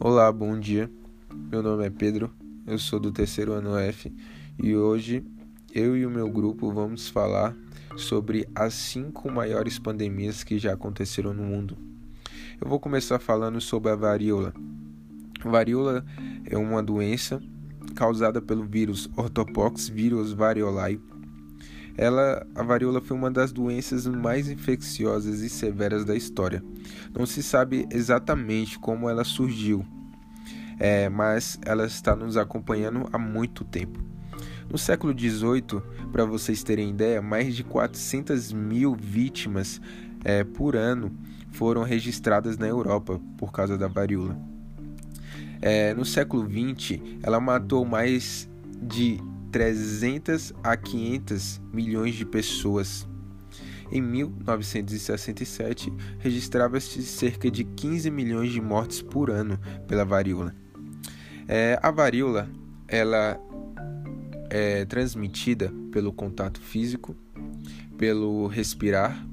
Olá, bom dia. Meu nome é Pedro, eu sou do terceiro ano F e hoje eu e o meu grupo vamos falar sobre as 5 maiores pandemias que já aconteceram no mundo. Eu vou começar falando sobre a varíola. A varíola é uma doença causada pelo vírus Orthopox vírus variolae. A varíola foi uma das doenças mais infecciosas e severas da história. Não se sabe exatamente como ela surgiu, mas ela está nos acompanhando há muito tempo. No século XVIII, para vocês terem ideia, mais de 400 mil vítimas por ano foram registradas na Europa por causa da varíola. No século XX, ela matou mais de 300 a 500 milhões de pessoas. Em 1967, registrava-se cerca de 15 milhões de mortes por ano pela varíola. A varíola ela é transmitida pelo contato físico, pelo respirar,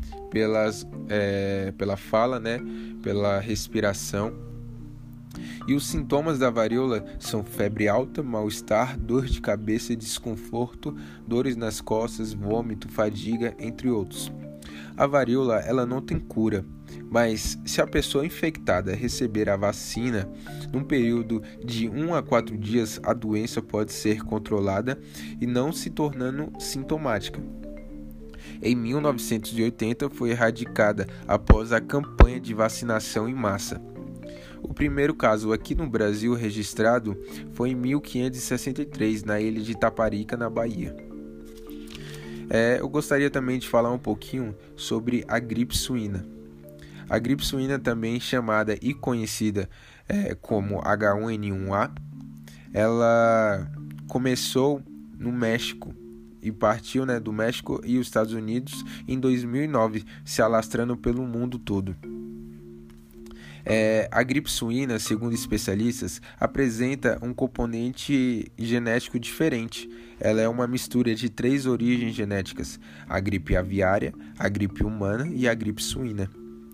pela fala, pela respiração. E os sintomas da varíola são febre alta, mal-estar, dor de cabeça, desconforto, dores nas costas, vômito, fadiga, entre outros. A varíola ela não tem cura, mas se a pessoa infectada receber a vacina, num período de 1 a 4 dias, a doença pode ser controlada e não se tornando sintomática. Em 1980 foi erradicada após a campanha de vacinação em massa. O primeiro caso aqui no Brasil registrado foi em 1563, na ilha de Taparica, na Bahia. Eu gostaria também de falar um pouquinho sobre a gripe suína. A gripe suína, também chamada e conhecida como H1N1A, ela começou no México e partiu do México e os Estados Unidos em 2009, se alastrando pelo mundo todo. A gripe suína, segundo especialistas, apresenta um componente genético diferente. Ela é uma mistura de 3 origens genéticas: a gripe aviária, a gripe humana e a gripe suína.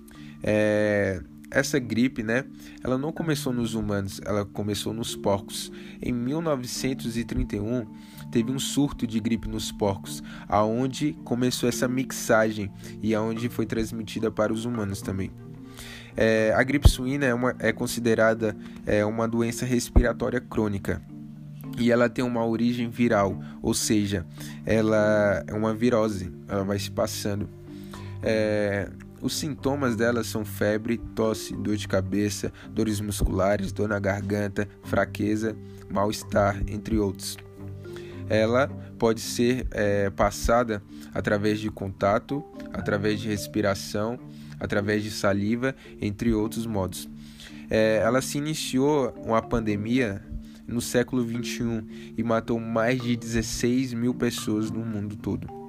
Essa gripe, ela não começou nos humanos, ela começou nos porcos. Em 1931, teve um surto de gripe nos porcos, aonde começou essa mixagem e aonde foi transmitida para os humanos também. A gripe suína é considerada uma doença respiratória crônica e ela tem uma origem viral, ou seja, ela é uma virose, ela vai se passando. Os sintomas dela são febre, tosse, dor de cabeça, dores musculares, dor na garganta, fraqueza, mal-estar, entre outros. Ela pode ser passada através de contato, através de respiração, através de saliva, entre outros modos. Ela se iniciou uma pandemia no século XXI e matou mais de 16 mil pessoas no mundo todo.